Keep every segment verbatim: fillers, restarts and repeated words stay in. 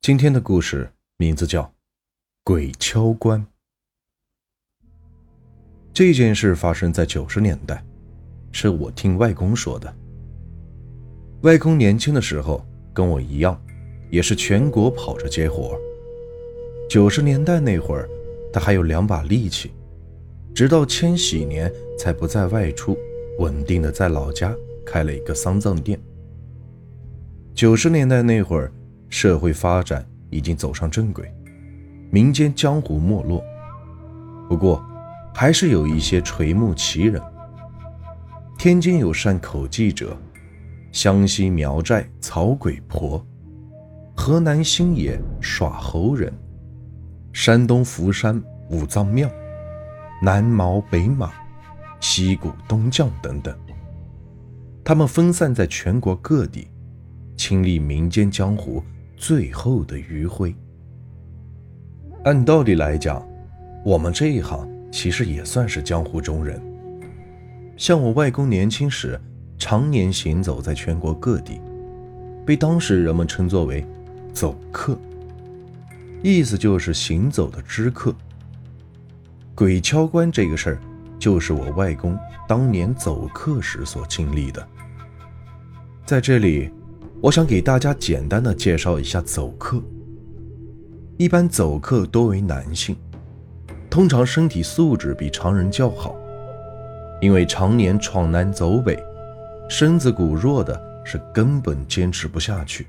今天的故事名字叫鬼敲棺。这件事发生在九十年代，是我听外公说的。外公年轻的时候跟我一样，也是全国跑着接活。九十年代那会儿，他还有两把力气，直到千禧年才不再外出，稳定的在老家开了一个丧葬店。九十年代那会儿，社会发展已经走上正轨，民间江湖没落，不过还是有一些垂暮奇人。天津有善口技者，湘西苗寨草鬼婆，河南新野耍猴人，山东福山五脏庙，南毛北马，西谷东将等等。他们分散在全国各地，亲历民间江湖最后的余晖。按道理来讲，我们这一行其实也算是江湖中人。像我外公年轻时常年行走在全国各地，被当时人们称作为走客，意思就是行走的知客。鬼敲棺这个事儿，就是我外公当年走客时所经历的。在这里我想给大家简单的介绍一下走客。一般走客多为男性，通常身体素质比常人较好，因为常年闯南走北，身子骨弱的是根本坚持不下去。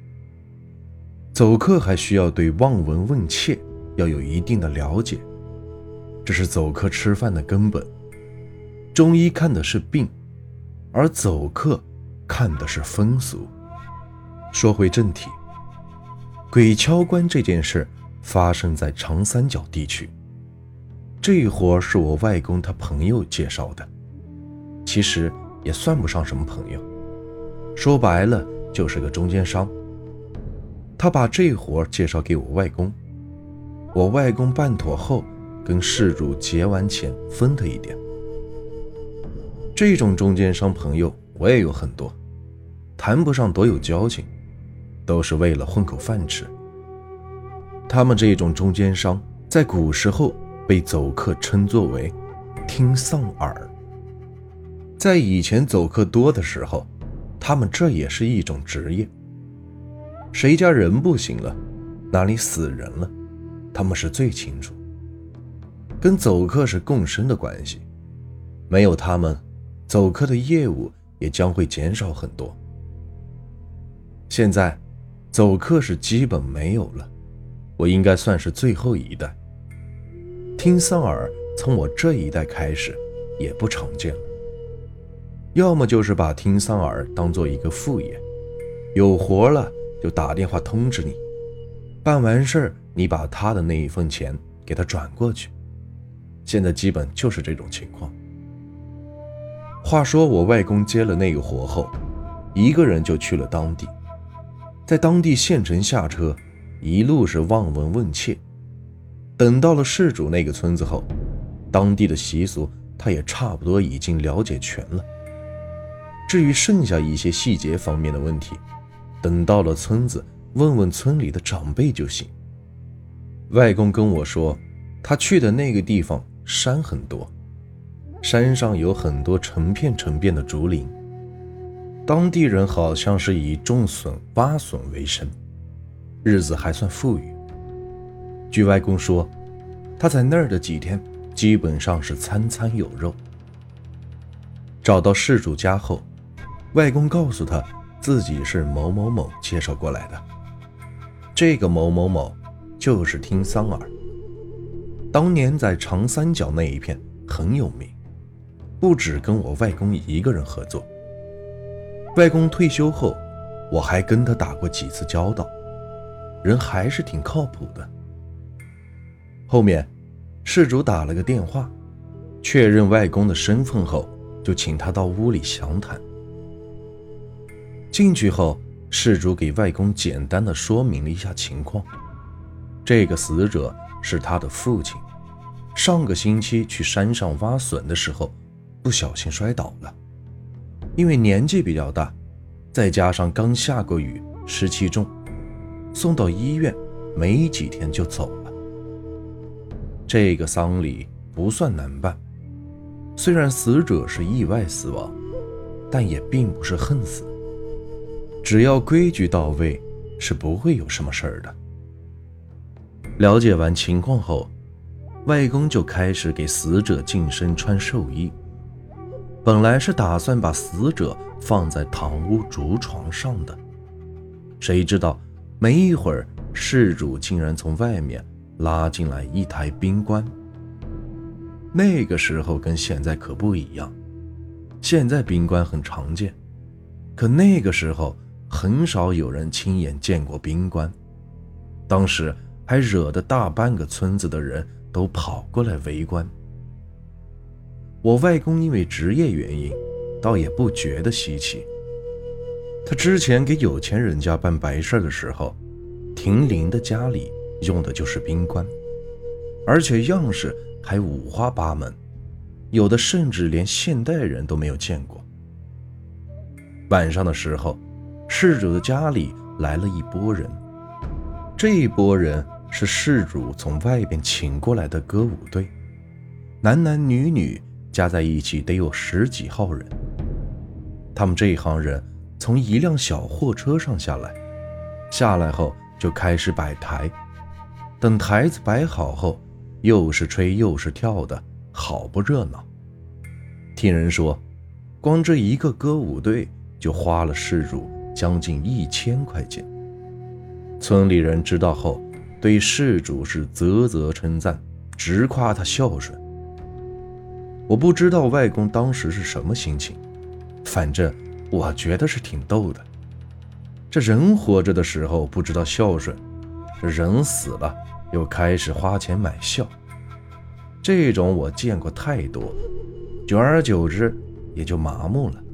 走客还需要对望闻问切要有一定的了解，这是走客吃饭的根本。中医看的是病，而走客看的是风俗。说回正题，鬼敲棺这件事发生在长三角地区。这一活是我外公他朋友介绍的，其实也算不上什么朋友，说白了就是个中间商。他把这活介绍给我外公，我外公办妥后跟事主结完钱分他一点。这种中间商朋友我也有很多，谈不上多有交情，都是为了混口饭吃。他们这种中间商在古时候被走客称作为听丧耳。在以前走客多的时候，他们这也是一种职业。谁家人不行了，哪里死人了，他们是最清楚。跟走客是共生的关系，没有他们，走客的业务也将会减少很多。现在走客是基本没有了，我应该算是最后一代。听丧耳从我这一代开始也不常见了，要么就是把听丧耳当做一个副业，有活了就打电话通知你，办完事儿你把他的那一份钱给他转过去。现在基本就是这种情况。话说我外公接了那个活后，一个人就去了当地，在当地县城下车，一路是望闻问切。等到了事主那个村子后，当地的习俗他也差不多已经了解全了。至于剩下一些细节方面的问题，等到了村子问问村里的长辈就行。外公跟我说，他去的那个地方山很多，山上有很多成片成片的竹林，当地人好像是以种笋挖笋为生，日子还算富裕。据外公说，他在那儿的几天基本上是餐餐有肉。找到事主家后，外公告诉他自己是某某某介绍过来的，这个某某某就是听丧耳，当年在长三角那一片很有名，不只跟我外公一个人合作。外公退休后，我还跟他打过几次交道，人还是挺靠谱的。后面事主打了个电话，确认外公的身份后，就请他到屋里详谈。进去后，事主给外公简单的说明了一下情况。这个死者是他的父亲，上个星期去山上挖笋的时候不小心摔倒了，因为年纪比较大，再加上刚下过雨，湿气重， 送到医院，没几天就走了。这个丧礼不算难办，虽然死者是意外死亡，但也并不是恨死，只要规矩到位，是不会有什么事儿的。了解完情况后，外公就开始给死者净身穿寿衣。本来是打算把死者放在堂屋竹床上的，谁知道没一会儿，事主竟然从外面拉进来一台冰棺。那个时候跟现在可不一样，现在冰棺很常见，可那个时候很少有人亲眼见过冰棺，当时还惹得大半个村子的人都跑过来围观。我外公因为职业原因，倒也不觉得稀奇。他之前给有钱人家办白事的时候，停灵的家里用的就是冰棺，而且样式还五花八门，有的甚至连现代人都没有见过。晚上的时候，事主的家里来了一拨人，这一拨人是事主从外边请过来的歌舞队，男男女女加在一起得有十几号人。他们这一行人从一辆小货车上下来，下来后就开始摆台，等台子摆好后，又是吹又是跳的，好不热闹。听人说，光这一个歌舞队就花了事主将近一千块钱。村里人知道后，对事主是啧啧称赞，直夸他孝顺。我不知道外公当时是什么心情，反正我觉得是挺逗的。这人活着的时候不知道孝顺，这人死了又开始花钱买孝，这种我见过太多，久而久之也就麻木了。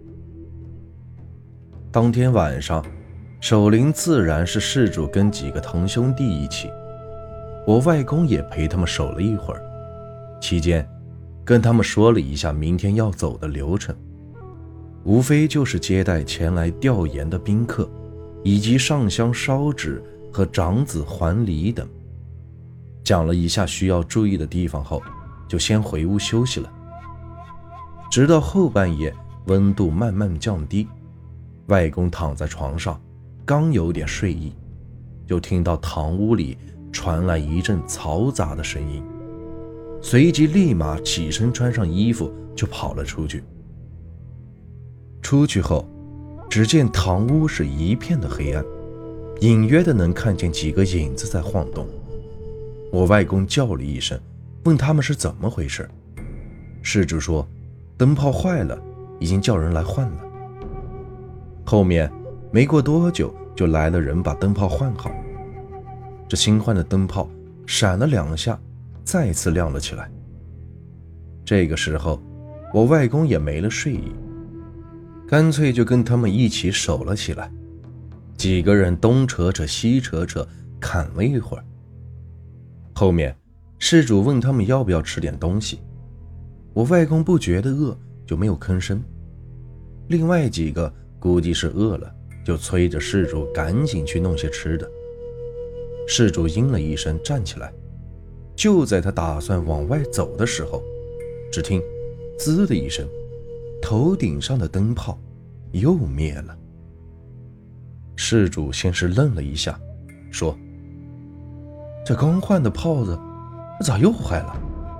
当天晚上，守灵自然是事主跟几个堂兄弟一起，我外公也陪他们守了一会儿，期间跟他们说了一下明天要走的流程，无非就是接待前来吊唁的宾客，以及上香烧纸和长子还礼等。讲了一下需要注意的地方后，就先回屋休息了。直到后半夜温度慢慢降低，外公躺在床上刚有点睡意，就听到堂屋里传来一阵嘈杂的声音，随即立马起身穿上衣服就跑了出去。出去后，只见堂屋是一片的黑暗，隐约的能看见几个影子在晃动。我外公叫了一声，问他们是怎么回事。事主说灯泡坏了，已经叫人来换了。后面没过多久就来了人把灯泡换好，这新换的灯泡闪了两下，再次亮了起来。这个时候我外公也没了睡意，干脆就跟他们一起守了起来。几个人东扯扯西扯扯，砍了一会儿。后面事主问他们要不要吃点东西，我外公不觉得饿，就没有吭声。另外几个估计是饿了，就催着事主赶紧去弄些吃的。事主应了一声站起来，就在他打算往外走的时候，只听滋的一声，头顶上的灯泡又灭了。事主先是愣了一下，说：这刚换的炮子咋又坏了？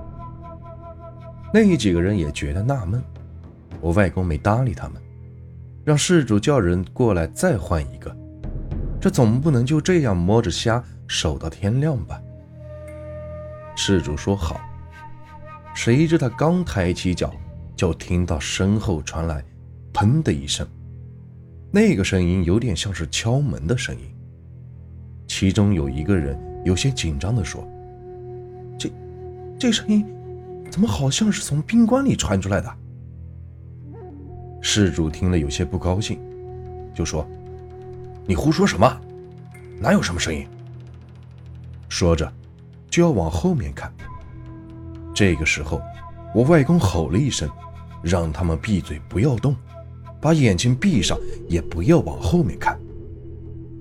那几个人也觉得纳闷，我外公没搭理他们，让事主叫人过来再换一个，这总不能就这样摸着瞎守到天亮吧。事主说好，谁知他刚抬起脚，就听到身后传来砰的一声，那个声音有点像是敲门的声音。其中有一个人有些紧张地说：这这声音怎么好像是从宾馆里传出来的？事主听了有些不高兴，就说：你胡说什么？哪有什么声音？说着就要往后面看。这个时候我外公吼了一声，让他们闭嘴不要动，把眼睛闭上，也不要往后面看。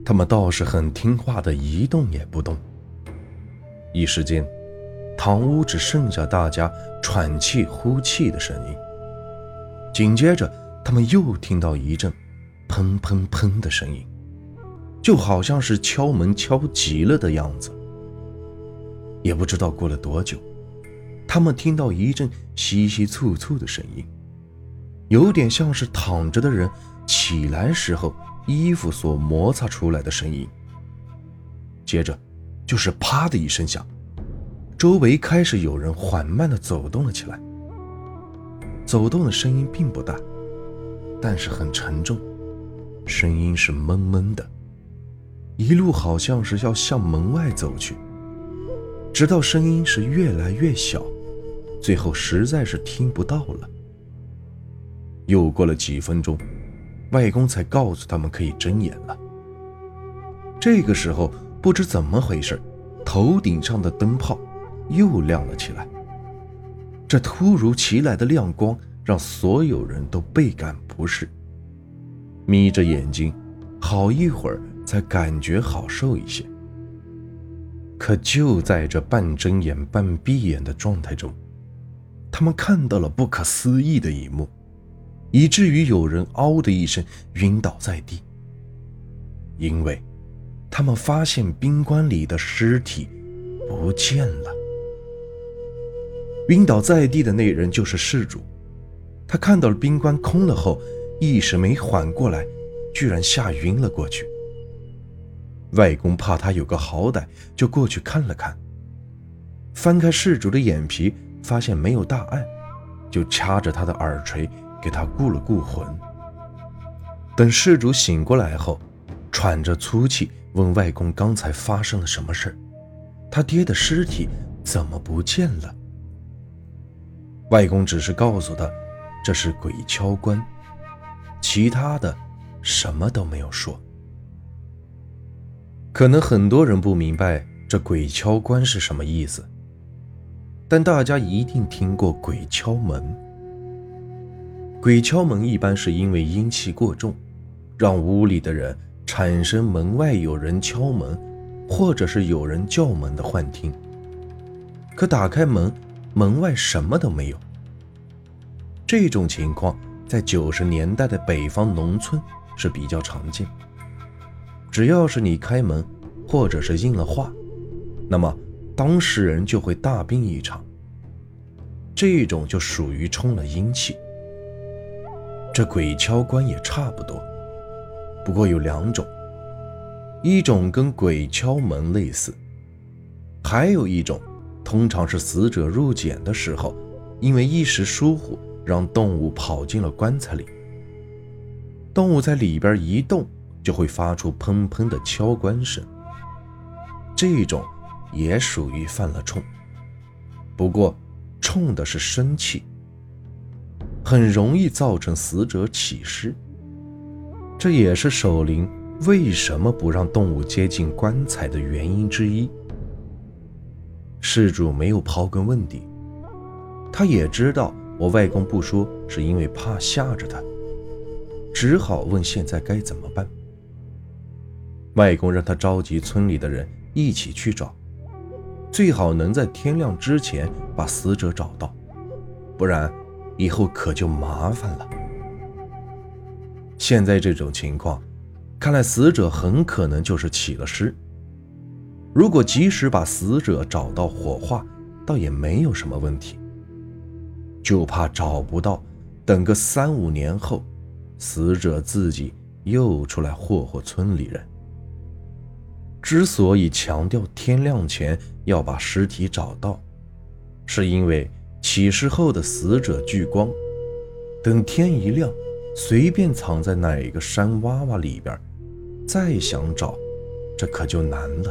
他们倒是很听话的，一动也不动。一时间，堂屋只剩下大家喘气呼气的声音。紧接着，他们又听到一阵砰砰砰的声音，就好像是敲门敲急了的样子。也不知道过了多久，他们听到一阵窸窸窣窣的声音，有点像是躺着的人起来时候衣服所摩擦出来的声音。接着就是啪的一声响，周围开始有人缓慢地走动了起来。走动的声音并不大，但是很沉重，声音是闷闷的，一路好像是要向门外走去，直到声音是越来越小，最后实在是听不到了。又过了几分钟，外公才告诉他们可以睁眼了。这个时候不知怎么回事，头顶上的灯泡又亮了起来。这突如其来的亮光让所有人都倍感不适，眯着眼睛好一会儿才感觉好受一些。可就在这半睁眼半闭眼的状态中，他们看到了不可思议的一幕，以至于有人嗷的一声晕倒在地。因为他们发现宾馆里的尸体不见了。晕倒在地的那人就是事主，他看到了宾馆空了后，一时没缓过来，居然吓晕了过去。外公怕他有个好歹，就过去看了看，翻开事主的眼皮，发现没有大碍，就掐着他的耳垂给他固了固魂。等事主醒过来后，喘着粗气问外公刚才发生了什么事，他爹的尸体怎么不见了。外公只是告诉他这是鬼敲棺，其他的什么都没有说。可能很多人不明白这鬼敲棺是什么意思，但大家一定听过鬼敲门。鬼敲门一般是因为阴气过重，让屋里的人产生门外有人敲门或者是有人叫门的幻听。可打开门，门外什么都没有。这种情况在九十年代的北方农村是比较常见。只要是你开门或者是应了话，那么当事人就会大病一场，这种就属于冲了阴气。这鬼敲棺也差不多，不过有两种，一种跟鬼敲门类似，还有一种通常是死者入殓的时候，因为一时疏忽让动物跑进了棺材里，动物在里边一动就会发出砰砰的敲棺声，这种也属于犯了冲，不过冲的是生气，很容易造成死者起尸。这也是守灵为什么不让动物接近棺材的原因之一。事主没有刨根问底，他也知道我外公不说是因为怕吓着他，只好问现在该怎么办。外公让他召集村里的人一起去找，最好能在天亮之前把死者找到，不然以后可就麻烦了。现在这种情况，看来死者很可能就是起了尸。如果及时把死者找到火化，倒也没有什么问题，就怕找不到，等个三五年后，死者自己又出来祸祸村里人。之所以强调天亮前要把尸体找到，是因为起尸后的死者聚光，等天一亮，随便藏在哪一个山洼洼里边，再想找，这可就难了。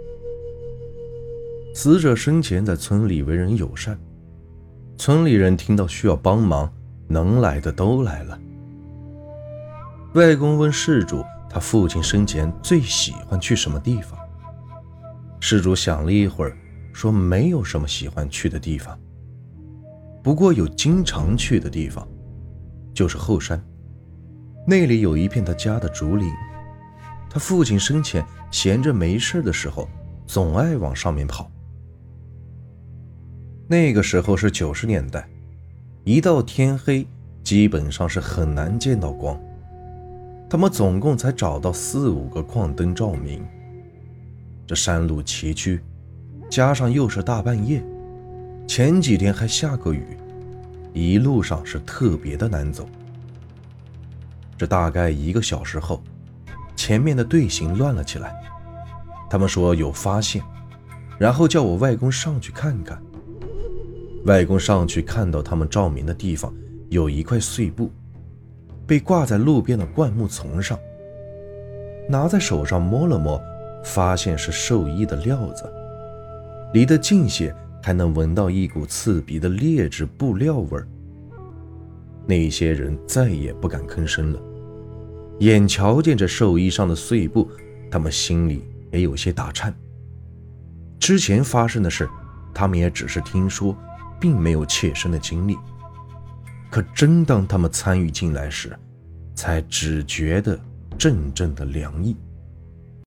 死者生前在村里为人友善，村里人听到需要帮忙，能来的都来了。外公问事主他父亲生前最喜欢去什么地方，事主想了一会儿，说没有什么喜欢去的地方，不过有经常去的地方，就是后山，那里有一片他家的竹林。 他父亲生前闲着没事的时候，总爱往上面跑。那个时候是九十年代，一到天黑，基本上是很难见到光。他们总共才找到四五个矿灯照明。这山路崎岖，加上又是大半夜，前几天还下过雨，一路上是特别的难走。这大概一个小时后，前面的队形乱了起来，他们说有发现，然后叫我外公上去看看。外公上去看到他们照明的地方有一块碎布，被挂在路边的灌木丛上，拿在手上摸了摸，发现是寿衣的料子，离得近些还能闻到一股刺鼻的劣质布料味儿。那些人再也不敢吭声了，眼瞧见这寿衣上的碎布，他们心里也有些打颤。之前发生的事，他们也只是听说，并没有切身的经历。可真当他们参与进来时，才只觉得阵阵的凉意。